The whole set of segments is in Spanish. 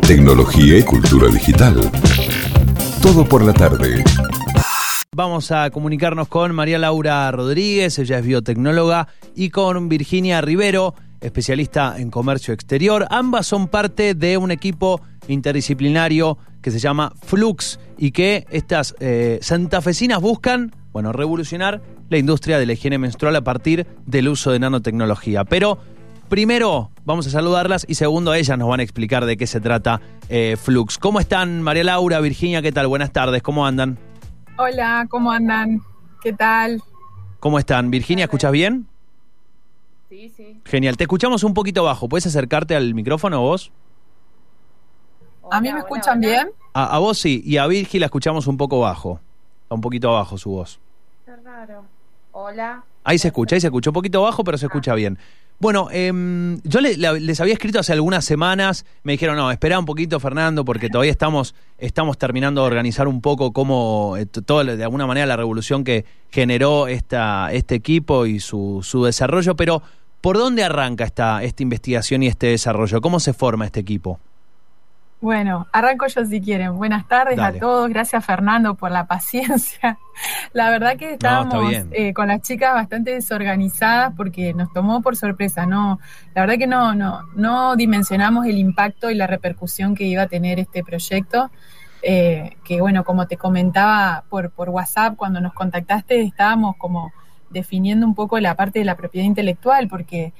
tecnología y cultura digital. Todo por la tarde. Vamos a comunicarnos con María Laura Rodríguez, ella es biotecnóloga, y con Virginia Rivero, especialista en comercio exterior. Ambas son parte de un equipo interdisciplinario que se llama Flux y que estas santafesinas buscan, revolucionar la industria de la higiene menstrual a partir del uso de nanotecnología. Pero primero vamos a saludarlas y segundo ellas nos van a explicar de qué se trata Flux. ¿Cómo están, María Laura, Virginia? ¿Qué tal? Buenas tardes, ¿cómo andan? Hola, ¿cómo andan? ¿Qué tal? ¿Cómo están? Virginia, ¿escuchas bien? Sí, sí. Genial, te escuchamos un poquito bajo. ¿Puedes acercarte al micrófono vos? ¿A mí me escuchan bien? A vos sí, y a Virgi la escuchamos un poco bajo. Está un poquito abajo su voz. Qué raro. Hola. Ahí se escucha un poquito bajo, pero se escucha bien. Bueno, yo les había escrito hace algunas semanas, me dijeron, no, espera un poquito, Fernando, porque todavía estamos terminando de organizar un poco cómo, de alguna manera, la revolución que generó este equipo y su desarrollo, pero ¿por dónde arranca esta investigación y este desarrollo? ¿Cómo se forma este equipo? Bueno, arranco yo si quieren. Buenas tardes. Dale. A todos. Gracias, Fernando, por la paciencia. La verdad que estábamos con las chicas bastante desorganizadas porque nos tomó por sorpresa. La verdad que no dimensionamos el impacto y la repercusión que iba a tener este proyecto. Que bueno, como te comentaba por WhatsApp, cuando nos contactaste, estábamos como definiendo un poco la parte de la propiedad intelectual porque,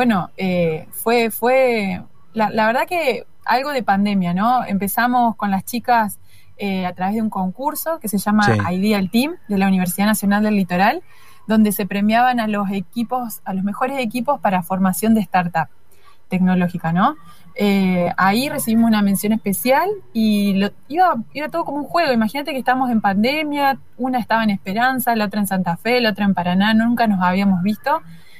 fue la verdad que algo de pandemia, ¿no? Empezamos con las chicas a través de un concurso que se llama Ideal Team de la Universidad Nacional del Litoral, donde se premiaban a los mejores equipos para formación de startup tecnológica, ¿no? Ahí recibimos una mención especial y iba todo como un juego. Imagínate que estamos en pandemia, una estaba en Esperanza, la otra en Santa Fe, la otra en Paraná, nunca nos habíamos visto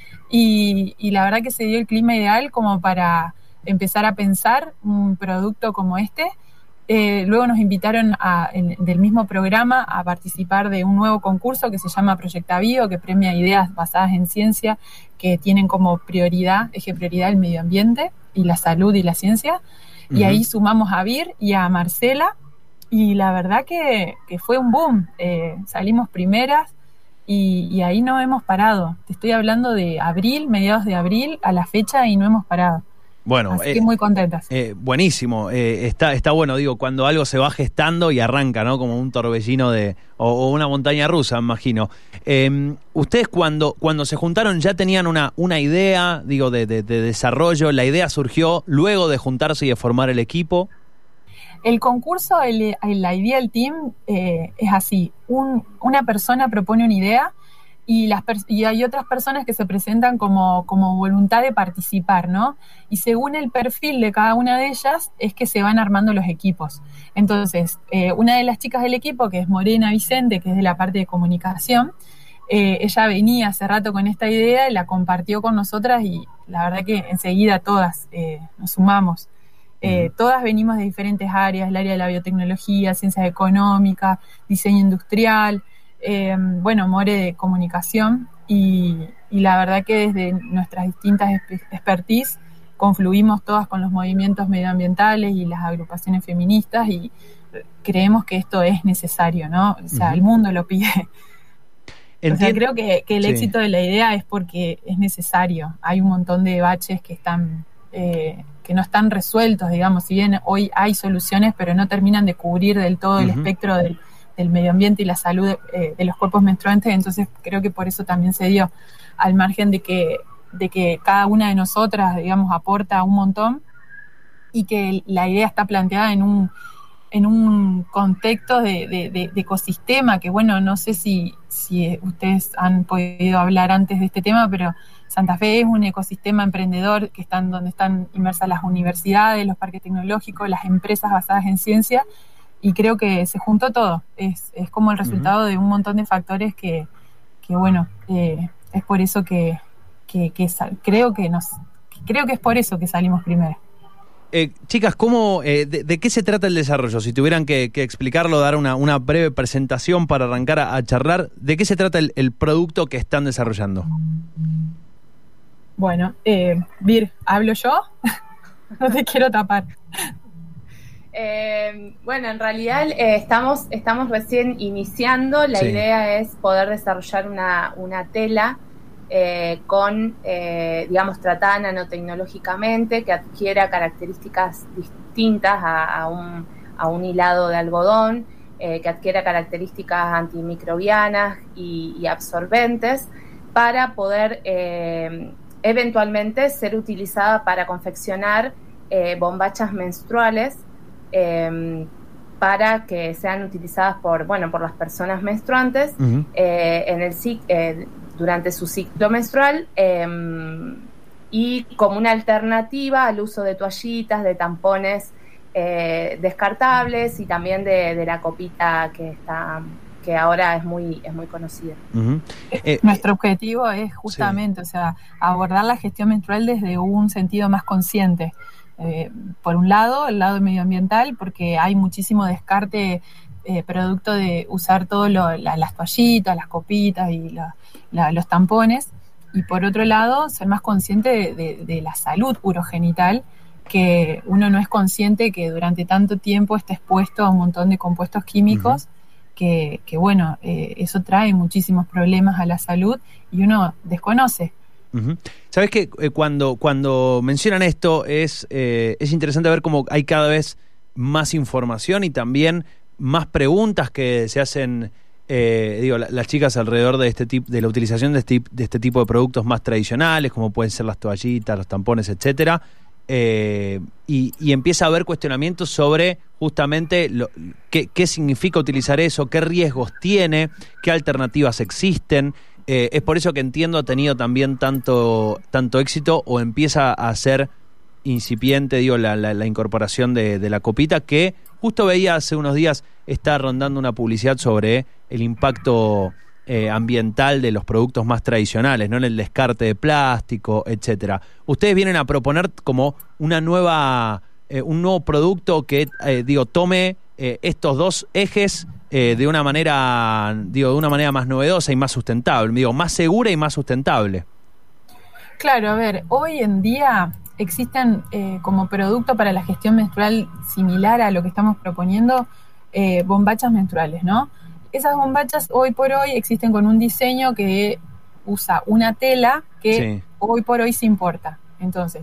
y la verdad que se dio el clima ideal como para empezar a pensar un producto como este. Luego nos invitaron del mismo programa a participar de un nuevo concurso que se llama Proyecta Bio, que premia ideas basadas en ciencia que tienen como eje prioridad el medio ambiente y la salud y la ciencia. Uh-huh. Y ahí sumamos a Vir y a Marcela y la verdad que fue un boom. Salimos primeras y ahí no hemos parado. Te estoy hablando de mediados de abril a la fecha y no hemos parado. Bueno, así que muy contentas. Buenísimo, está bueno, digo, cuando algo se va gestando y arranca, ¿no? Como un torbellino o una montaña rusa, me imagino. Ustedes cuando se juntaron ya tenían una idea, digo, de desarrollo. La idea surgió luego de juntarse y de formar el equipo. El concurso, la Ideal Team, es así. Una persona propone una idea y hay otras personas que se presentan como voluntad de participar, ¿no? Y según el perfil de cada una de ellas es que se van armando los equipos. Entonces, una de las chicas del equipo, que es Morena Vicente, que es de la parte de comunicación, ella venía hace rato con esta idea y la compartió con nosotras y la verdad que enseguida todas nos sumamos. Todas venimos de diferentes áreas, el área de la biotecnología, ciencias económicas, diseño industrial, More de comunicación y la verdad que desde nuestras distintas expertise confluimos todas con los movimientos medioambientales y las agrupaciones feministas y creemos que esto es necesario, ¿no? O sea, el mundo lo pide. O sea, creo que el éxito de la idea es porque es necesario. Hay un montón de baches que no están resueltos, digamos, si bien hoy hay soluciones, pero no terminan de cubrir del todo el espectro del medio ambiente y la salud de los cuerpos menstruantes, entonces creo que por eso también se dio, al margen de que cada una de nosotras, digamos, aporta un montón y que la idea está planteada en un contexto de ecosistema, que bueno, no sé si ustedes han podido hablar antes de este tema, pero Santa Fe es un ecosistema emprendedor donde están inmersas las universidades, los parques tecnológicos, las empresas basadas en ciencia, y creo que se juntó todo. Es como el resultado de un montón de factores que es por eso que creo que es por eso que salimos primero. Chicas, ¿de qué se trata el desarrollo? Si tuvieran que explicarlo, dar una breve presentación para arrancar a charlar, ¿de qué se trata el producto que están desarrollando? Bueno, Vir, ¿hablo yo? No te quiero tapar. Bueno, en realidad estamos recién iniciando. La idea es poder desarrollar una tela digamos, tratada nanotecnológicamente, que adquiera características distintas a un hilado de algodón, que adquiera características antimicrobianas y absorbentes, para poder eventualmente ser utilizada para confeccionar bombachas menstruales, para que sean utilizadas por las personas menstruantes durante su ciclo menstrual, y como una alternativa al uso de toallitas, de tampones descartables, y también de la copita que ahora es muy conocida. Nuestro objetivo es justamente, abordar la gestión menstrual desde un sentido más consciente. Por un lado, el lado medioambiental, porque hay muchísimo descarte producto de usar todo las toallitas, las copitas y los tampones, y por otro lado, ser más consciente de la salud urogenital, que uno no es consciente que durante tanto tiempo está expuesto a un montón de compuestos químicos, que eso trae muchísimos problemas a la salud y uno desconoce. ¿Sabes qué? Cuando mencionan esto es interesante ver cómo hay cada vez más información y también más preguntas que se hacen, las chicas alrededor de la utilización de este tipo de productos más tradicionales, como pueden ser las toallitas, los tampones, etcétera, y empieza a haber cuestionamientos sobre justamente qué significa utilizar eso, qué riesgos tiene, qué alternativas existen. Es por eso que entiendo ha tenido también tanto éxito, o empieza a ser incipiente, la incorporación de la copita, que justo veía hace unos días, está rondando una publicidad sobre el impacto ambiental de los productos más tradicionales, ¿no? En el descarte de plástico, etcétera. Ustedes vienen a proponer como un nuevo producto que tome estos dos ejes de una manera más novedosa y más sustentable, más segura y más sustentable. Claro, a ver, hoy en día existen como producto para la gestión menstrual similar a lo que estamos proponiendo, bombachas menstruales, ¿no? Esas bombachas hoy por hoy existen con un diseño que usa una tela que hoy por hoy se importa. Entonces,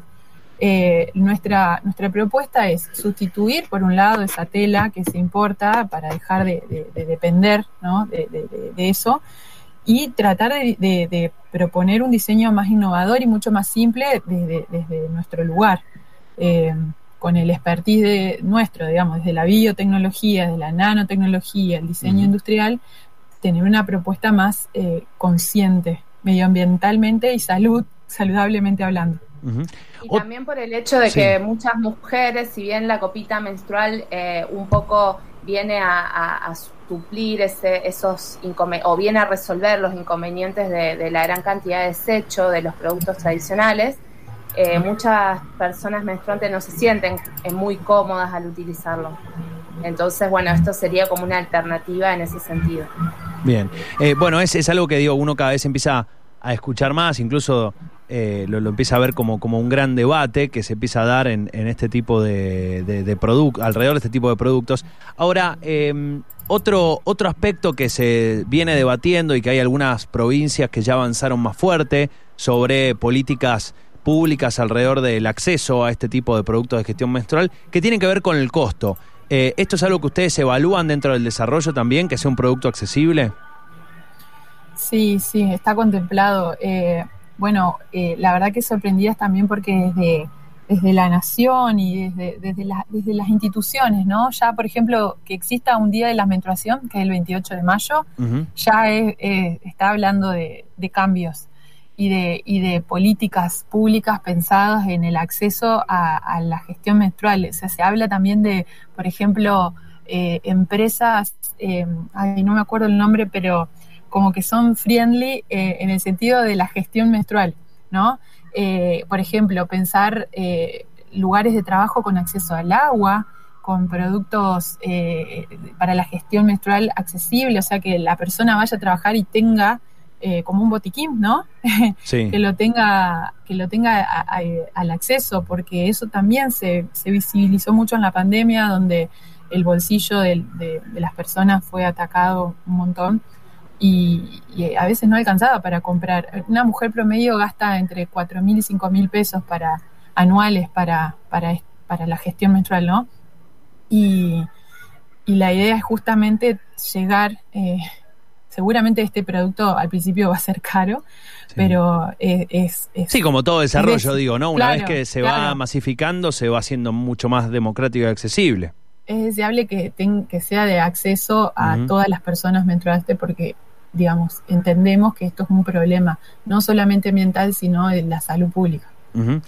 nuestra propuesta es sustituir, por un lado, esa tela que se importa para dejar de depender, ¿no? de eso, y tratar de proponer un diseño más innovador y mucho más simple desde nuestro lugar, con el expertise nuestro, digamos, desde la biotecnología, desde la nanotecnología, el diseño industrial, tener una propuesta más consciente, medioambientalmente y saludablemente hablando. Y también por el hecho de que muchas mujeres, si bien la copita menstrual un poco viene a suplir esos o viene a resolver los inconvenientes de la gran cantidad de desecho de los productos tradicionales, muchas personas menstruantes no se sienten muy cómodas al utilizarlo. Entonces, esto sería como una alternativa en ese sentido. Bien. Es algo que uno cada vez empieza a escuchar más, incluso lo empieza a ver como un gran debate que se empieza a dar en este tipo de productos, alrededor de este tipo de productos. Ahora, otro aspecto que se viene debatiendo y que hay algunas provincias que ya avanzaron más fuerte sobre políticas públicas alrededor del acceso a este tipo de productos de gestión menstrual, que tienen que ver con el costo. ¿Esto es algo que ustedes evalúan dentro del desarrollo también, que sea un producto accesible? Sí, está contemplado. La verdad que sorprendidas también porque desde la nación y desde las instituciones, ¿no? Ya, por ejemplo, que exista un día de la menstruación, que es el 28 de mayo, ya está hablando de cambios y de políticas públicas pensadas en el acceso a la gestión menstrual. O sea, se habla también de, por ejemplo, empresas, no me acuerdo el nombre, pero como que son friendly en el sentido de la gestión menstrual, ¿no? Por ejemplo, pensar lugares de trabajo con acceso al agua, con productos para la gestión menstrual accesible, o sea, que la persona vaya a trabajar y tenga como un botiquín, ¿no? Sí. que lo tenga al acceso, porque eso también se visibilizó mucho en la pandemia, donde el bolsillo de las personas fue atacado un montón y a veces no alcanzaba para comprar. Una mujer promedio gasta entre 4.000 y 5.000 pesos anuales para la gestión menstrual, ¿no? Y la idea es justamente llegar, seguramente este producto al principio va a ser caro, sí, pero es sí, como todo desarrollo, digo, ¿no? Una claro, vez que se va masificando, se va haciendo mucho más democrático y accesible. Es deseable que sea de acceso a todas las personas menstruantes, porque, digamos, entendemos que esto es un problema no solamente ambiental, sino de la salud pública. Uh-huh.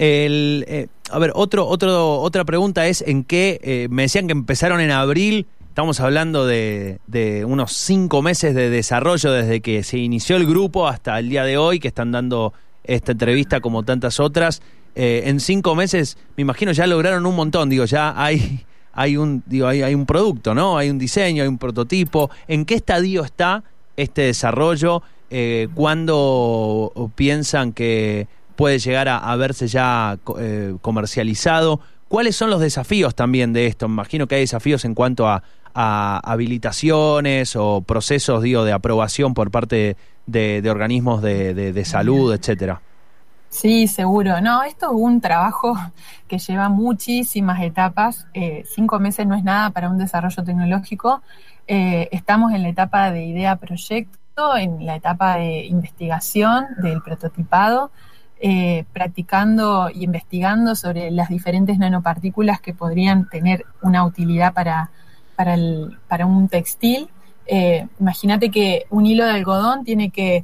A ver, otra pregunta es en qué, me decían que empezaron en abril, estamos hablando de unos 5 meses de desarrollo desde que se inició el grupo hasta el día de hoy, que están dando esta entrevista como tantas otras. En 5 meses, me imagino, ya lograron un montón, digo, ya hay un producto, ¿no? Hay un diseño, hay un prototipo. ¿En qué estadio está este desarrollo? ¿Cuándo piensan que puede llegar a verse ya comercializado? ¿Cuáles son los desafíos también de esto? Me imagino que hay desafíos en cuanto a habilitaciones o procesos, de aprobación por parte de organismos de salud, etcétera. Sí, seguro. No, esto es un trabajo que lleva muchísimas etapas. 5 meses no es nada para un desarrollo tecnológico. Estamos en la etapa de idea-proyecto, en la etapa de investigación, del prototipado, practicando y investigando sobre las diferentes nanopartículas que podrían tener una utilidad para un textil. Imagínate que un hilo de algodón tiene que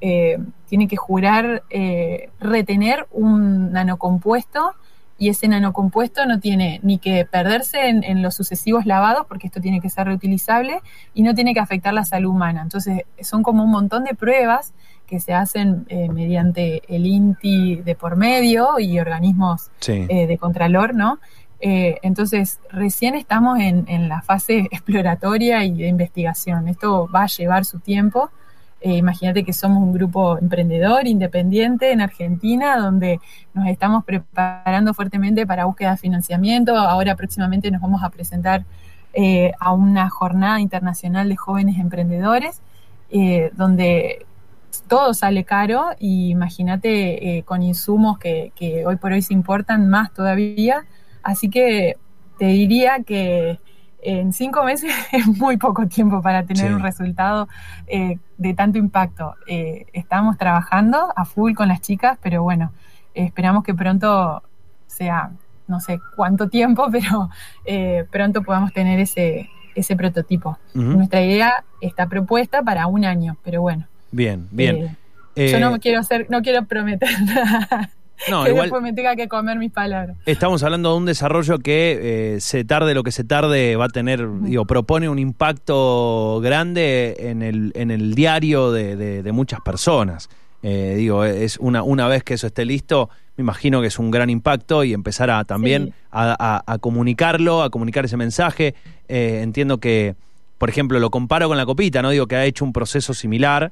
retener un nanocompuesto, y ese nanocompuesto no tiene ni que perderse en los sucesivos lavados, porque esto tiene que ser reutilizable, y no tiene que afectar la salud humana. Entonces son como un montón de pruebas que se hacen mediante el INTI de por medio y organismos de contralor, ¿no? Entonces recién estamos en la fase exploratoria y de investigación. Esto va a llevar su tiempo. Imagínate que somos un grupo emprendedor, independiente en Argentina, donde nos estamos preparando fuertemente para búsqueda de financiamiento. Ahora próximamente nos vamos a presentar a una jornada internacional de jóvenes emprendedores, donde todo sale caro, y imagínate con insumos que hoy por hoy se importan más todavía. Así que te diría que en 5 meses es muy poco tiempo para tener un resultado de tanto impacto. Estamos trabajando a full con las chicas, pero bueno, esperamos que pronto sea, no sé cuánto tiempo, pero pronto podamos tener ese prototipo. Uh-huh. Nuestra idea está propuesta para 1 año, pero bueno. Bien. Yo no quiero prometer nada. No, que igual después me tenga que comer mis palabras. Estamos hablando de un desarrollo que se tarde lo que se tarde va a tener, propone un impacto grande en el diario de muchas personas. Es una vez que eso esté listo, me imagino que es un gran impacto, y empezar a también a comunicarlo, a comunicar ese mensaje. Entiendo que, por ejemplo, lo comparo con la copita, ¿no? Digo que ha hecho un proceso similar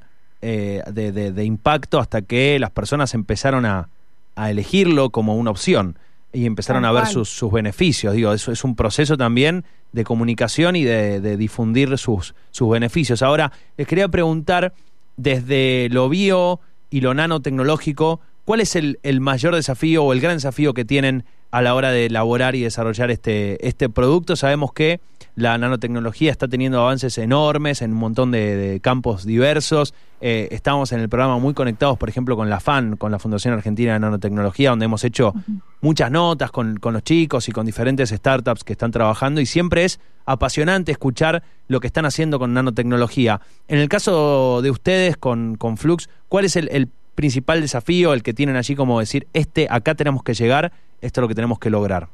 de impacto hasta que las personas empezaron a elegirlo como una opción y empezaron a ver sus beneficios. Eso es un proceso también de comunicación y de difundir sus beneficios. Ahora, les quería preguntar, desde lo bio y lo nanotecnológico, ¿cuál es el mayor desafío o el gran desafío que tienen a la hora de elaborar y desarrollar este producto? Sabemos que la nanotecnología está teniendo avances enormes en un montón de campos diversos. Estamos en el programa muy conectados, por ejemplo, con la FAN, con la Fundación Argentina de Nanotecnología, donde hemos hecho muchas notas con los chicos y con diferentes startups que están trabajando, y siempre es apasionante escuchar lo que están haciendo con nanotecnología. En el caso de ustedes con Flux, ¿cuál es el principal desafío, el que tienen allí como decir, acá tenemos que llegar, esto es lo que tenemos que lograr?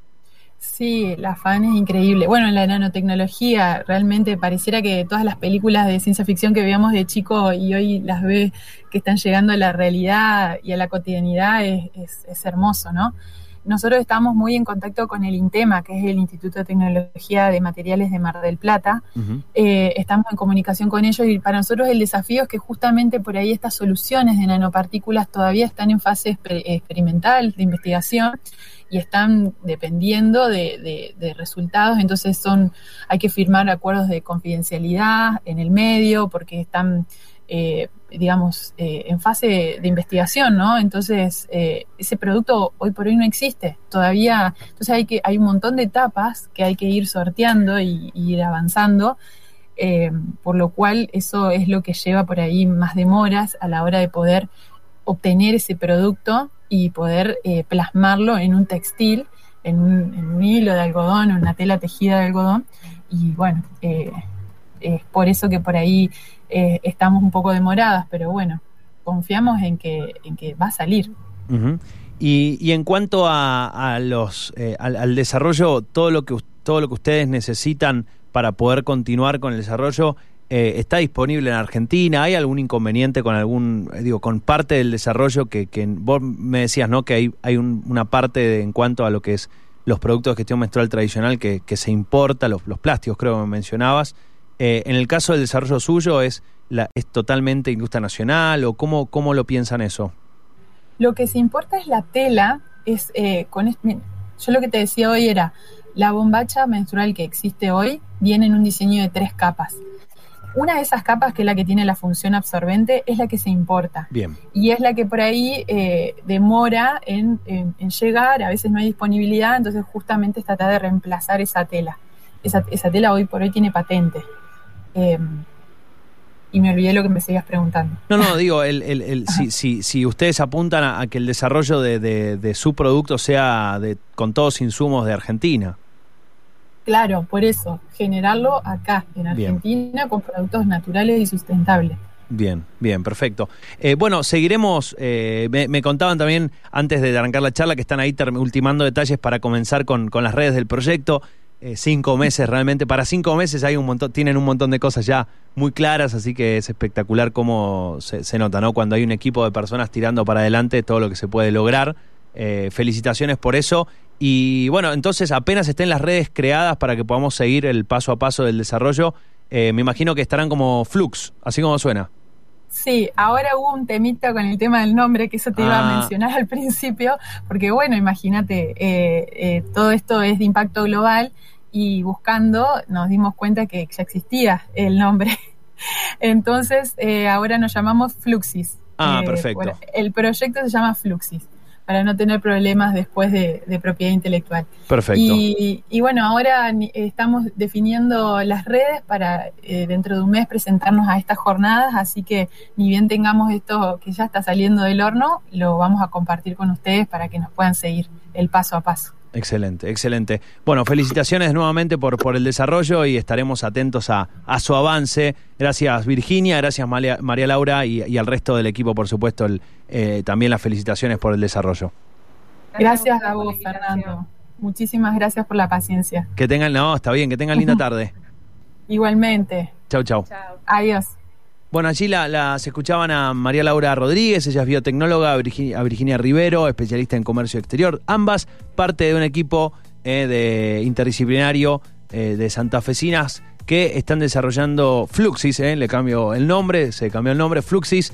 Sí, la FAN es increíble. Bueno, la nanotecnología, realmente pareciera que todas las películas de ciencia ficción que veíamos de chico y hoy las ve que están llegando a la realidad y a la cotidianidad, es hermoso, ¿no? nosotros estamos muy en contacto con el INTEMA, que es el Instituto de Tecnología de Materiales de Mar del Plata. Estamos en comunicación con ellos y para nosotros el desafío es que justamente por ahí estas soluciones de nanopartículas todavía están en fase experimental de investigación y están dependiendo de resultados, entonces hay que firmar acuerdos de confidencialidad en el medio porque están en fase de investigación, ¿no? Entonces, ese producto hoy por hoy no existe todavía. Entonces hay un montón de etapas que hay que ir sorteando y ir avanzando, por lo cual eso es lo que lleva por ahí más demoras a la hora de poder obtener ese producto y poder plasmarlo en un textil, en un hilo de algodón, en una tela tejida de algodón. Y bueno, es por eso que por ahí estamos un poco demoradas, pero bueno, confiamos en que va a salir. Uh-huh. Y en cuanto al desarrollo, todo lo que ustedes necesitan para poder continuar con el desarrollo, ¿está disponible en Argentina? ¿Hay algún inconveniente con con parte del desarrollo que vos me decías, ¿no? Que hay una parte en cuanto a lo que es los productos de gestión menstrual tradicional que se importa, los plásticos creo que me mencionabas. En el caso del desarrollo suyo, ¿es totalmente industria nacional o cómo lo piensan eso? Lo que se importa es la tela. Yo lo que te decía hoy era, la bombacha menstrual que existe hoy viene en un diseño de 3 capas. Una de esas capas, que es la que tiene la función absorbente, es la que se importa. Bien. Y es la que por ahí demora en llegar, a veces no hay disponibilidad, entonces justamente es tratar de reemplazar esa tela. Esa tela hoy por hoy tiene patente. Y me olvidé lo que me seguías preguntando. No, digo, si ustedes apuntan a que el desarrollo de su producto sea con todos insumos de Argentina. Claro, por eso, generarlo acá, en Argentina, bien, con productos naturales y sustentables. Bien, perfecto. Bueno, seguiremos, me contaban también antes de arrancar la charla que están ahí ultimando detalles para comenzar con las redes del proyecto. 5 meses realmente, para 5 meses tienen un montón de cosas ya muy claras, así que es espectacular cómo se nota, ¿no? Cuando hay un equipo de personas tirando para adelante todo lo que se puede lograr. Felicitaciones por eso. Y bueno, entonces apenas estén las redes creadas para que podamos seguir el paso a paso del desarrollo, me imagino que estarán como Flux, así como suena. Sí, ahora hubo un temita con el tema del nombre, que eso te iba a mencionar al principio, porque bueno, imagínate, todo esto es de impacto global y buscando nos dimos cuenta que ya existía el nombre. Entonces, ahora nos llamamos Fluxys. Perfecto. Bueno, el proyecto se llama Fluxys, para no tener problemas después de propiedad intelectual. Perfecto. Y bueno, ahora estamos definiendo las redes para dentro de un mes presentarnos a estas jornadas, así que ni bien tengamos esto que ya está saliendo del horno, lo vamos a compartir con ustedes para que nos puedan seguir el paso a paso. Excelente. Bueno, felicitaciones nuevamente por el desarrollo y estaremos atentos a su avance. Gracias Virginia, gracias María Laura y al resto del equipo, por supuesto, también las felicitaciones por el desarrollo. Gracias a vos, Fernando. Muchísimas gracias por la paciencia. Está bien, que tengan linda tarde. Igualmente. Chau. Adiós. Bueno, allí se escuchaban a María Laura Rodríguez, ella es biotecnóloga, a Virginia Rivero, especialista en comercio exterior, ambas parte de un equipo interdisciplinario de santafesinas que están desarrollando Fluxys, le cambió el nombre, Fluxys,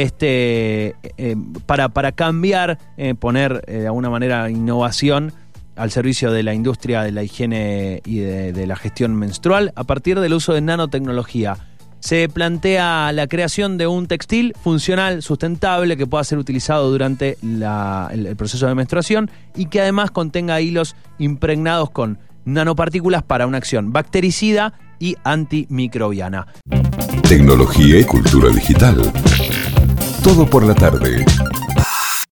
para cambiar, poner de alguna manera innovación al servicio de la industria de la higiene y de la gestión menstrual a partir del uso de nanotecnología. Se plantea la creación de un textil funcional, sustentable, que pueda ser utilizado durante el proceso de menstruación y que además contenga hilos impregnados con nanopartículas para una acción bactericida y antimicrobiana. Tecnología y cultura digital. Todo por la tarde.